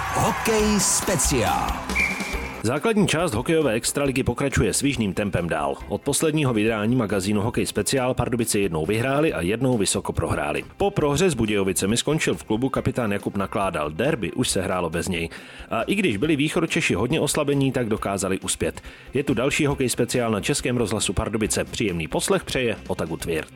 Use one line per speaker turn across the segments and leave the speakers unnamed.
Hokej speciál.
Základní část hokejové extraligy pokračuje svižným tempem dál. Od posledního vydání magazínu Hokej speciál Pardubice jednou vyhráli a jednou vysoko prohráli. Po prohře s Budějovicemi skončil v klubu kapitán Jakub Nakládal. Derby už se hrálo bez něj. A i když byli Východočeši hodně oslabení, tak dokázali uspět. Je tu další Hokej speciál na Českém rozhlasu Pardubice. Příjemný poslech přeje Otagu Tvěrt.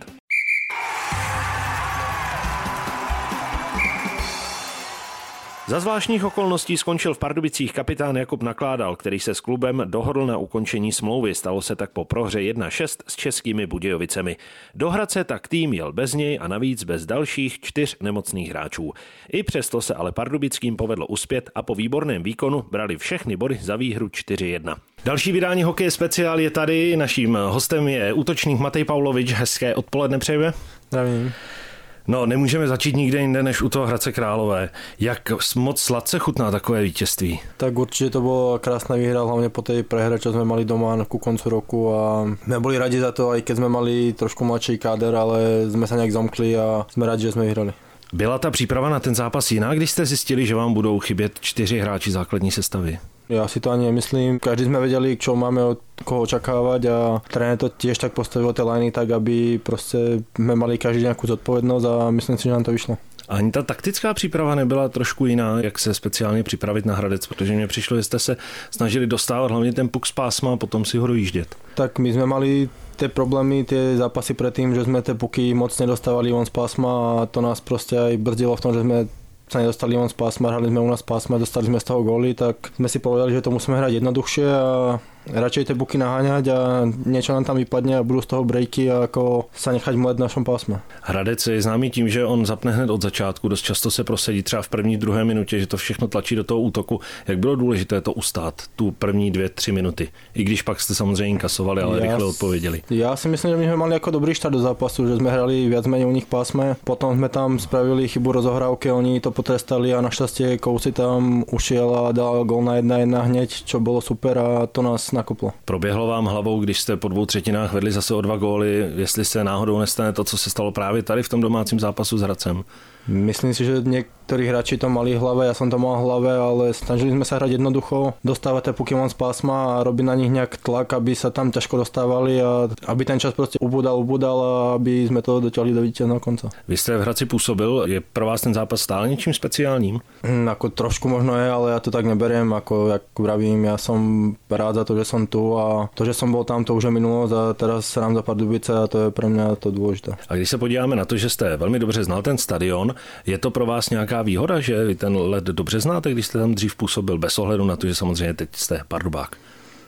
Za zvláštních okolností skončil v Pardubicích kapitán Jakub Nakládal, který se s klubem dohodl na ukončení smlouvy. Stalo se tak po prohře 1-6 s českými Budějovicemi. Do Hradce tak tým jel bez něj a navíc bez dalších 4 nemocných hráčů. I přesto se ale Pardubickým povedlo uspět a po výborném výkonu brali všechny body za výhru 4-1. Další vydání Hokej speciál je tady. Naším hostem je útočník Matej Pavlovič. Hezké odpoledne přejeme.
Zdravím.
No, nemůžeme začít nikde jinde než u toho Hradce Králové. Jak moc sladce chutná takové vítězství?
Tak určite to bolo krásna výhra, hlavne po tej prehre, čo sme mali doma ku koncu roku a sme boli radi za to, aj keď sme mali trošku mladší káder, ale sme sa nejak zomkli a sme radi, že sme vyhrali.
Byla ta příprava na ten zápas jiná, když jste zjistili, že vám budou chybět 4 hráči základní sestavy?
Ja si to ani nemyslím. Každý sme vedeli, čo máme od koho očakávať a tréner to tiež tak postavil tie liney tak, aby proste sme mali každý nejakú zodpovednosť a myslím si, že nám to vyšlo.
Ani ta taktická příprava nebyla trošku jiná, jak se speciálně připravit na Hradec, protože mně přišlo, že jste se snažili dostávat hlavně ten puk z pásma a potom si ho dojíždět.
Tak my sme mali tie problémy, tie zápasy predtým, že sme tie puky moc nedostávali von z pásma a to nás proste aj brzdilo v tom, že sme sa nedostali von z pásma, hrali sme u nás pásma, dostali sme z toho góly, tak sme si povedali, že to musíme hrať jednoduchšie a radšej tie buky naháňať a niečo nám tam vypadne a budú z toho breaky a ako sa nechať mlet v našom pásme.
Hradec je známý tím, že on zapne hned od začátku, dost často se prosadí třeba v první, druhé minutě, že to všechno tlačí do toho útoku. Jak bylo důležité to ustát, tu první 2-3 minuty? I když pak jste samozřejmě inkasovali, ale rychle odpověděli.
Ja si myslím, že my sme mali ako dobrý štart do zápasu, že sme hrali viac menej u nich pásme, potom sme tam spravili chybu rozohrávke, oni to potrestali a našťastie Kousi tam ušiel a dal gól na 1-1 hneď, čo bolo super a to nás nakoplo.
Proběhlo vám hlavou, když jste po 2 třetinách vedli zase o 2 góly, jestli se náhodou nestane to, co se stalo právě tady v tom domácím zápasu s Hradcem?
Myslím si, že niektorí hráči to mali v hlave, ja som to mal v hlave, ale snažili sme sa hrať jednoducho, dostávať tie Pokémon z pásma a robiť na nich nejak tlak, aby sa tam ťažko dostávali a aby ten čas proste ubudal a aby sme to dotiahli do víťazného konca.
Vy ste v Hradci pôsobil, je pro vás ten zápas stále niečím speciálním?
Ako trošku možno je, ale ja to tak neberiem, ako jak vravím, ja som rád za to, že som tu a to, že som bol tam, to už je minulosť a teraz srám za Pardubice a to je pre mňa to dôležité.
A když se podíváme na to, že jste velmi dobře znal ten stadion, je to pro vás nějaká výhoda, že vy ten led dobře znáte, když jste tam dřív působil, bez ohledu na to, že samozřejmě teď jste Pardubák?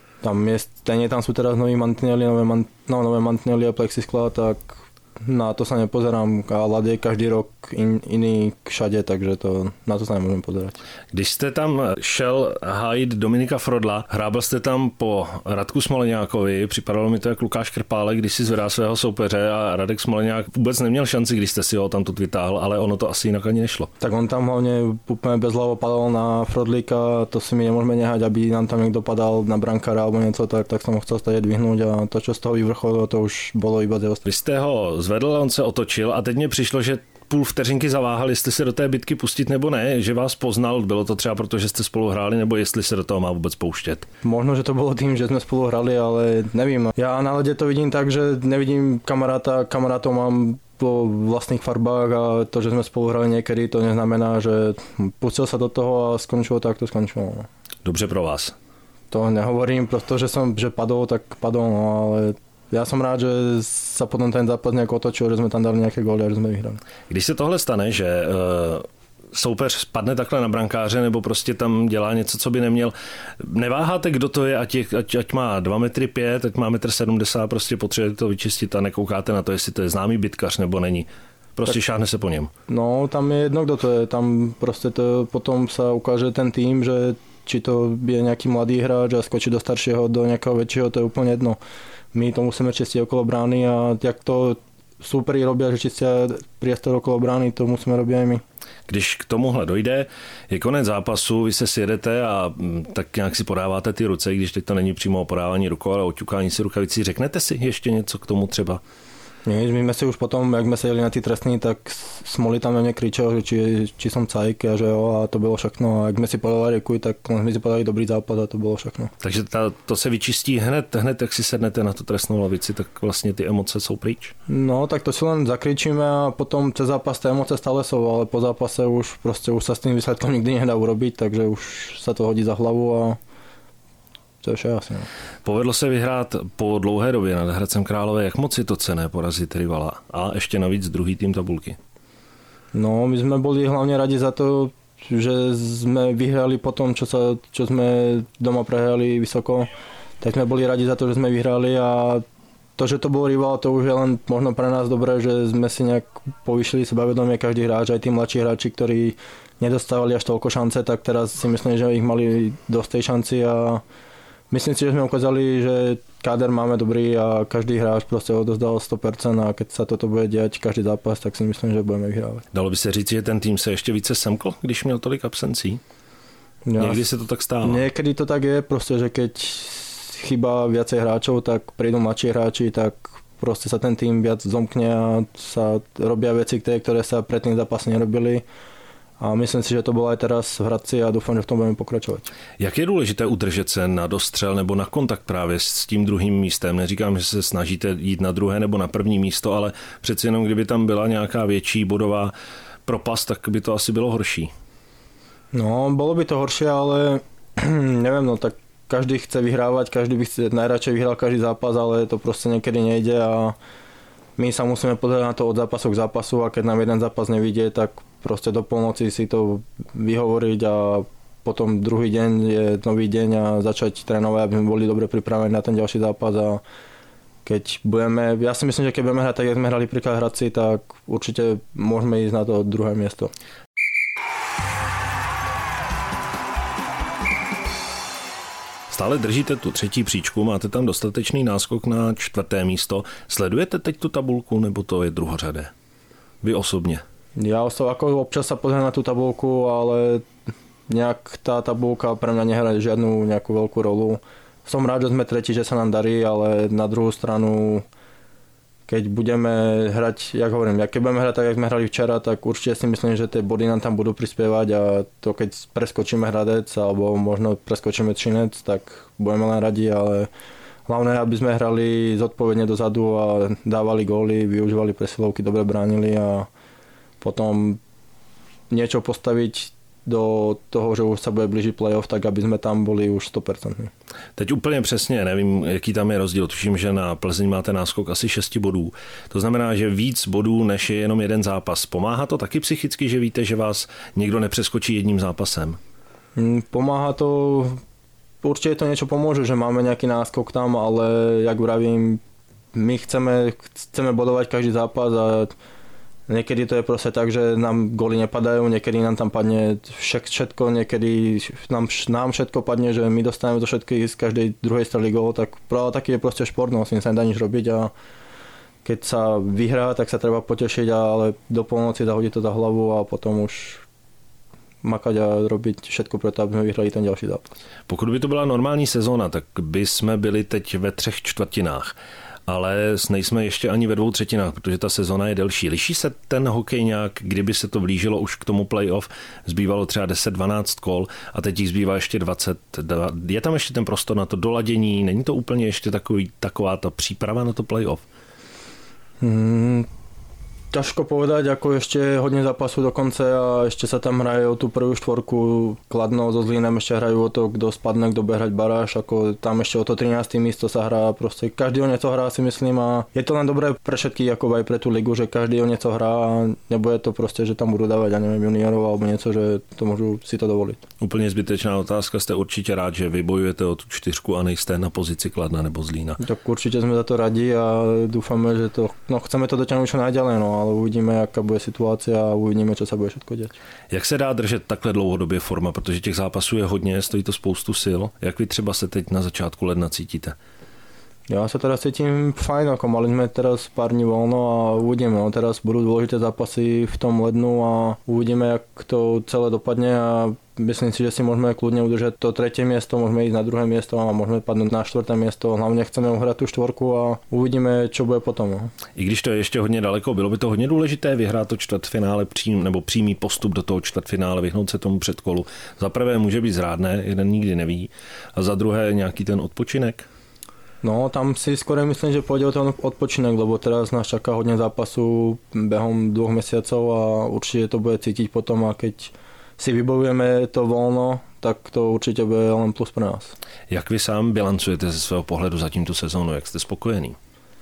Tam sú teraz nové mantinely a plexiskla, tak na to sa nepozerám a ľad je každý rok iný všade, takže na to sa nemôžem pozerať.
Když jste tam šel hájit Dominika Frodla, hrábal jste tam po Radku Smoleňákovi, připadalo mi to jak Lukáš Krpálek, když si zvedá svého soupeře a Radek Smoleňák vůbec neměl šanci, když jste si ho tam тут vytáhl, ale ono to asi jinak ani nešlo.
Tak on tam hlavne úplne bezhlavo padal na Frodlíka, to si my nemôžeme nehať, aby nám tam niekto padal na brankára alebo niečo, tak som ho chcel stať dvihnúť a to, čo z toho vyvrcholilo, to už bolo iba z.
Vy jste ho zvedl, on se otočil a teď mně přišlo, že půl vteřinky zaváhal, jestli se do té bitky pustit nebo ne, že vás poznal, bylo to třeba proto, že jste spolu hráli, nebo jestli se do toho má vůbec pouštět?
Možno, že to bolo tým, že sme spolu hrali, ale nevím. Ja na lede to vidím tak, že nevidím kamarátov mám po vlastných farbách a to, že sme spolu hrali niekedy, to neznamená, že pustil sa do toho a skončilo tak, to skončilo.
Dobře pro vás.
To nehovorím, protože že padol, tak padol, no, ale ja som rád, že sa potom ten zápas nejak otočil, že sme tam dali nejaké góly a že sme vyhrali.
Když se tohle stane, že soupeř spadne takhle na brankáře nebo prostě tam dělá něco, co by neměl, neváháte, kdo to je, ať má 2,5 m, ať má 1,70 m, prostě potřebujete to vyčistit a nekoukáte na to, jestli to je známý bitkař nebo není. Prostě šáhne se po něm. No,
tam je jedno, kdo to je. Tam prostě to potom sa ukáže ten tým, že či to je nejaký mladý hráč a skočí do staršieho, do nejakého väčšieho, to je úplne jedno. My to musíme čistiť okolo brány a jak to súperi robia, že čistia priestor okolo brány, to musíme robiť aj my.
Když k tomuhle dojde, je konec zápasu, vy se sjedete a tak nějak si podáváte ty ruce, když teď to není přímo o podávání rukou, ale o ťukání si rukavicí. Řeknete si ještě něco k tomu třeba?
Nie, my sme si už potom, jak sme sedeli na tí trestní, tak Smoli tam na mňa kričal, že či som cajk a že jo, a to bylo všechno. A jak sme si podali rekuj, tak sme si podali dobrý zápas a to bylo všechno.
Takže to se vyčistí hned, jak si sednete na tu trestnou lavici, tak vlastně ty emoce jsou pryč?
No, tak to si len zakričíme a potom cez zápas tie emoce stále sú, ale po zápase už sa s tým výsledkom nikdy nedá urobiť, takže už sa to hodí za hlavu a to je vše asi. No.
Povedlo se vyhrát po dlouhé době nad Hradcem Králové. Jak moc je to cenné porazit rivala? A ještě navíc druhý tým tabulky.
No, my sme boli hlavne radi za to, že sme vyhrali po tom, čo sme doma prehrali vysoko. Tak sme boli radi za to, že sme vyhrali a to, že to bol rival, to už je len možno pre nás dobré, že sme si nejak povýšili sebavedomie každý hráč, aj tí mladší hráči, ktorí nedostávali až toľko šance, tak teraz si myslím, že ich mali dosť tej šanci a myslím si, že sme ukázali, že káder máme dobrý a každý hráč prostě odozdal 100% a keď sa toto bude diať každý zápas, tak si myslím, že budeme vyhrávať.
Dalo by se říct, že ten tým se ještě více semkl, když měl tolik absencí? Někdy se to tak stává.
Niekedy to tak je, prostě, že keď chýba viacej hráčov, tak prídu mladší hráči, tak prostě sa ten tým viac zomkne a sa robia veci, ktoré sa predtým zápasy nerobili. A myslím si, že to bylo aj teraz v Hradci a doufám, že v tom budeme pokračovat.
Jak je důležité udržet se na dostřel nebo na kontakt právě s tím druhým místem? Neříkám, že se snažíte jít na druhé nebo na první místo, ale přeci jenom kdyby tam byla nějaká větší bodová propast, tak by to asi bylo horší.
No, bolo by to horšie, ale neviem, no tak každý chce vyhrávať, každý by najradšej vyhral každý zápas, ale to prostě niekedy nejde a my sa musíme pozerať na to od zápasu k zápasu a keď nám jeden zápas nevidie, tak prostě do polnoci si to vyhovoriť a potom druhý deň je nový deň a začať trénovať, aby sme boli dobre pripravení na ten ďalší zápas a keď budeme, ja si myslím, že keď budeme hrať tak, jak sme hrali príklad Hradci, tak určite môžeme ísť na to druhé miesto.
Stále držíte tu třetí příčku, máte tam dostatečný náskok na 4. místo. Sledujete teď tu tabulku, nebo to je druhořadé? Vy osobně? Ja
ako občas sa pozriem na tú tabulku, ale nejak tá tabulka pre mňa nehra žiadnu nejakú veľkú rolu. Som rád, že sme tretí, že sa nám darí, ale na druhú stranu, keď budeme hrať, jak hovorím, keď budeme hrať tak, jak sme hrali včera, tak určite si myslím, že tie body nám tam budú prispievať a to, keď preskočíme Hradec alebo možno preskočíme Třinec, tak budeme len radi, ale hlavné, aby sme hrali zodpovedne dozadu a dávali góly, využívali presilovky, dobre bránili a potom niečo postaviť do toho, že už sa bude blížiť playoff, tak aby sme tam boli už 100%.
Teď úplně přesně, nevím, jaký tam je rozdíl. Tuším, že na Plzeň máte náskok asi 6 bodů. To znamená, že víc bodů, než je jenom jeden zápas. Pomáhá to taky psychicky, že víte, že vás někdo nepřeskočí jedním zápasem?
Pomáha to, určite to niečo pomôže, že máme nejaký náskok tam, ale jak vravím, my chceme bodovať každý zápas a niekedy to je proste tak, že nám góly nepadajú, niekedy nám tam padne všetko, niekedy nám všetko padne, že my dostaneme do všetkých z každej druhej strely gól, tak taký je proste šport, no, s tým sa nedá nič robiť a keď sa vyhrá, tak sa treba potešiť, ale do polnoci zahodiť to za hlavu a potom už makať a robiť všetko pro to, aby sme vyhrali ten ďalší zápas.
Pokud by to byla normální sezóna, tak by jsme byli teď ve 3/4. Ale nejsme ještě ani ve 2/3, protože ta sezona je delší. Liší se ten hokej nějak, kdyby se to blížilo už k tomu playoff, zbývalo třeba 10-12 kol a teď jich zbývá ještě 20. Je tam ještě ten prostor na to doladění? Není to úplně ještě taková ta příprava na to playoff?
Ťažko povedať, ako ešte hodne zápasu do konce a ešte sa tam hraje o tú prvú štvorku. Kladno so Zlínem ešte hrajú o to, kto spadne, kto bude hrať baráž, ako tam ešte o to 13. místo sa hrá. Proste každý o nieco hrá, si myslím, a je to len dobré pre všetkých, ako aj pre tú ligu, že každý o nieco hrá a nebude to proste, že tam budú dávať, ja neviem, juniorov alebo niečo, že to môžu si to dovoliť.
Úplně zbytečná otázka, jste určitě rád, že vy bojujete o tu 4 a nejste na pozici Kladna nebo Zlína.
Tak určite sme za to radi a dúfame, že to, chceme to dotiahnuť čo najďalej, no, ale uvidíme, jaká bude situácia a uvidíme, čo sa bude všetko dět.
Jak se dá držet takhle dlouhodobě forma, protože těch zápasů je hodně, stojí to spoustu sil. Jak vy třeba se teď na začátku ledna cítíte?
Ja sa teraz cítim fajn, ako mali sme teraz pár dní voľno a uvidíme. No, teraz budú dôležité zápasy v tom lednu a uvidíme, jak to celé dopadne a myslím si, že si môžeme kľudne udržať to 3. miesto, môžeme ísť na 2. miesto a môžeme padnúť na 4. miesto. Hlavne chceme uhrať tú 4 a uvidíme, čo bude potom. No.
I když to je ještě hodně daleko, bylo by to hodně důležité vyhrát to čtvrtfinále nebo přímý postup do toho čtvrtfinále, vyhnout se tomu předkolu. Za prvé může být zrádné, jeden nikdy neví, a za druhé nějaký ten odpočinek.
No, tam si skôr myslím, že pôjde o ten odpočinek, lebo teraz nás čaká hodne zápasu behom 2 mesiacov a určite to bude cítiť potom a keď si vybojujeme to voľno, tak to určite bude len plus pre nás.
Jak vy sám bilancujete ze svého pohledu za tímto sezónu? Jak ste spokojený?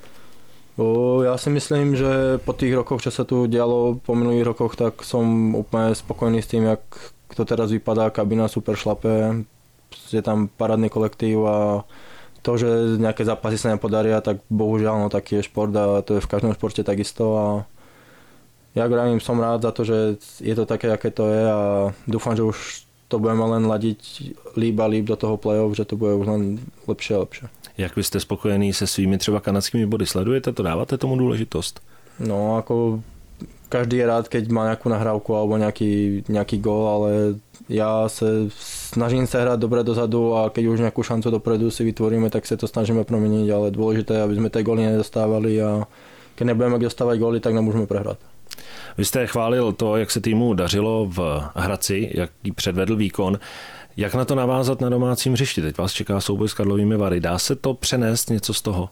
Ja si myslím, že po tých rokoch, čo sa tu dialo po minulých rokoch, tak som úplne spokojný s tým, jak to teraz vypadá, kabina super šlape, je tam parádny kolektív a to, že nejaké zápasy sa nepodaria, tak bohužiaľ, no taký je šport a to je v každom športe takisto a ja gravím, som rád za to, že je to také, aké to je a dúfam, že už to budeme len ladiť líp a líp do toho play-off, že to bude už len lepšie a lepšie.
Jak vy ste spokojení se svými třeba kanadskými body? Sledujete to? Dáváte tomu důležitost?
No, ako každý je rád, keď má nejakú nahrávku alebo nejaký gól, ale ja sa snažím sa hrať dobre dozadu a keď už nejakú šancu dopredu si vytvoríme, tak sa to snažíme promeniť, ale dôležité je, aby sme tie góly nedostávali a keď nebudeme dostávať góly, tak nemôžeme prehrať.
Vy jste chválil to, jak se týmu dařilo v Hradci, jaký předvedl výkon. Jak na to navázat na domácím hřišti? Teď vás čeká souboj s Karlovými Vary. Dá se to přenést něco z toho?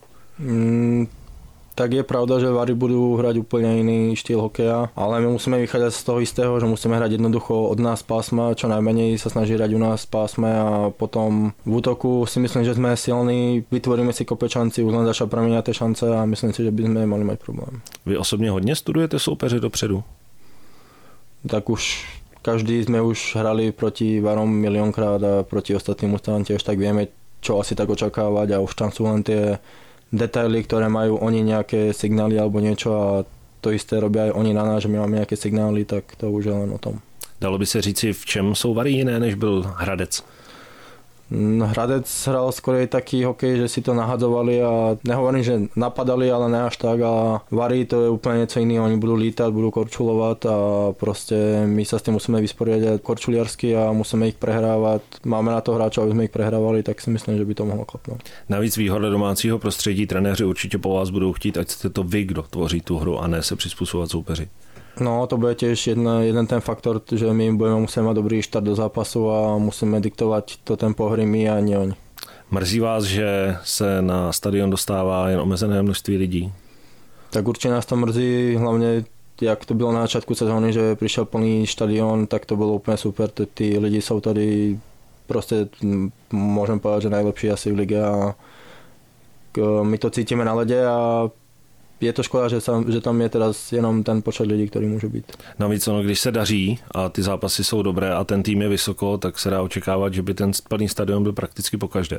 Tak je pravda, že Vary budú hrať úplne iný štýl hokeja, ale my musíme vychádzať z toho istého, že musíme hrať jednoducho od nás pásma, čo najmenej sa snaží hrať u nás pásme a potom v útoku si myslím, že sme silní, vytvoríme si kopec šanci, už len začal premeniať tie šance a myslím si, že by sme mali mať problém.
Vy osobně hodně studujete soupeře dopředu?
Tak už každý sme už hrali proti Varom miliónkrát a proti ostatným ústavom tiež, tak vieme, čo asi tak očakávať a už tam sú len tie detaily, ktoré majú oni nejaké signály alebo niečo a to isté robia aj oni na nás, že my máme nejaké signály, tak to už je len o tom.
Dalo by se říci, v čem jsou Vary jiné, než byl Hradec?
Hradec hral skôr taký hokej, že si to nahadzovali a nehovorím, že napadali, ale ne až tak a Vary to je úplne niečo iné, oni budú lítať, budú korčulovať a proste my sa s tým musíme vysporiadať korčuliarsky a musíme ich prehrávať. Máme na to hráčov, aby sme ich prehrávali, tak si myslím, že by to mohlo klapnout.
Navíc výhoda domácího prostředí, trenéři určitě po vás budou chtít, ať jste to vy, kdo tvoří tu hru a ne se přizpůsobovat soupeři. No,
to bude tiež jeden ten faktor, že my budeme musieť mať dobrý štart do zápasu a musíme diktovať to tempo hry my a nie oni.
Mrzí vás, že se na stadion dostává jen omezené množství lidí?
Tak určite nás to mrzí, hlavne jak to bylo na začátku sezóny, že prišiel plný štadión, tak to bylo úplne super. Tí lidi sú tady proste, môžem povedať, že najlepší asi v lige a my to cítime na lede a je to škoda, že tam je teraz jenom ten počet lidí, který může být.
Navíc když se daří a ty zápasy jsou dobré a ten tým je vysoko, tak se dá očekávat, že by ten plný stadion byl prakticky pokaždé.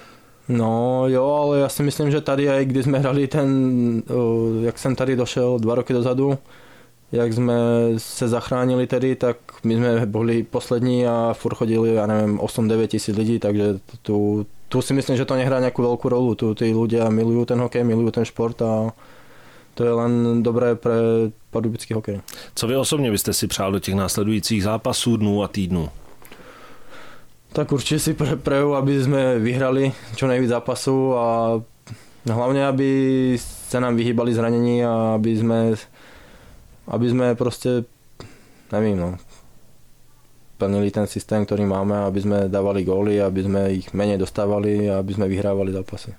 No jo, ale já si myslím, že tady, aj když jsme hrali jak jsem tady došel 2 roky dozadu, jak jsme se zachránili tedy, tak my jsme byli poslední a furt chodili, já nevím, 8-9 tisíc lidí, takže tu si myslím, že to nehrá nějakou velkou rolu. Tu tí ľudia milujú ten hokej, milujú ten šport a to je len dobré pre pardubický hokej.
Co vy osobně byste si přál do těch následujících zápasů, dnů a týdnů?
Tak určite si prejú, aby sme vyhrali čo najvíc zápasov a hlavne, aby sa nám vyhýbali zranení a aby sme proste, nevím, plnili ten systém, ktorý máme, aby sme dávali góly, aby sme ich menej dostávali a aby sme vyhrávali zápasy.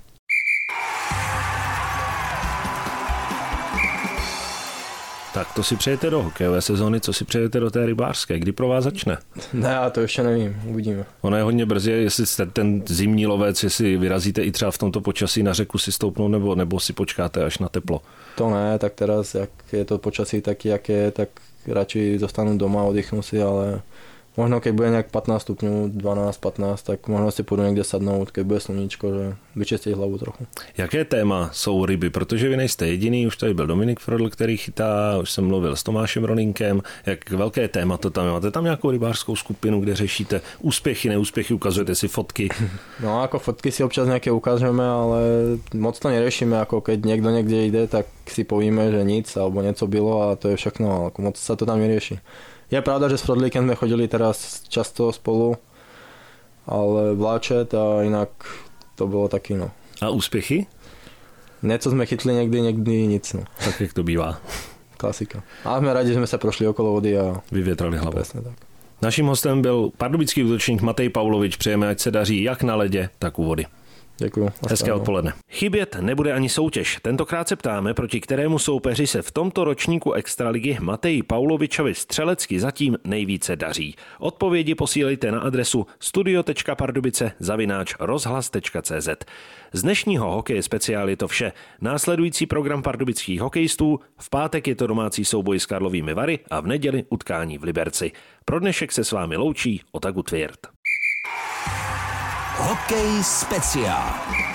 Tak to si přejete do hokejové sezóny, co si přejete do té rybářské? Kdy pro vás začne?
Ne, já to ještě nevím, uvidíme.
Ono je hodně brzy, jestli jste ten zimní lovec, jestli vyrazíte i třeba v tomto počasí na řeku si stoupnout, nebo si počkáte až na teplo.
To ne, tak teraz, jak je to počasí taky, jak je, tak radši zostanu doma, oddychnu si, ale Možno keď bude nejak 15 stupňů, 12, 15, tak možno si půjdu někde sadnout, keď bude sluníčko, že vyčistit hlavu trochu.
Jaké téma jsou ryby? Protože vy nejste jediný, už tady byl Dominik Frodl, který chytá, už jsem mluvil s Tomášem Roninkem. Jak velké téma to tam máte? Tam nějakou rybářskou skupinu, kde řešíte úspěchy, neúspěchy, ukazujete si fotky?
No jako fotky si občas nějaké ukážeme, ale moc to neriešime, jako keď někdo někde jde, tak si povíme, že nic, alebo něco bylo a to je všechno, ale moc sa to tam nerieši. Je pravda, že s Frodlíkem sme chodili teraz často spolu, ale vláčet a jinak to bylo taky, no.
A úspěchy?
Něco jsme chytli někdy nic, no.
Tak jak to bývá.
Klasika. A jsme rádi, že jsme se prošli okolo vody a
vyvětrali hlavu.
Presne tak.
Naším hostem byl pardubický útočník Matej Paulovič. Přejeme, ať se daří jak na ledě, tak u vody.
Děkuju.
Hezké odpoledne. Chybět nebude ani soutěž. Tentokrát se ptáme, proti kterému soupeři se v tomto ročníku Extraligy Mateji Paulovičovi střelecky zatím nejvíce daří. Odpovědi posílejte na adresu studio.pardubice@rozhlas.cz. Z dnešního Hokeje speciál je to vše. Následující program pardubických hokejistů, v pátek je to domácí souboj s Karlovými Vary a v neděli utkání v Liberci. Pro dnešek se s vámi loučí Ota Gutwirth.
Hokej speciál.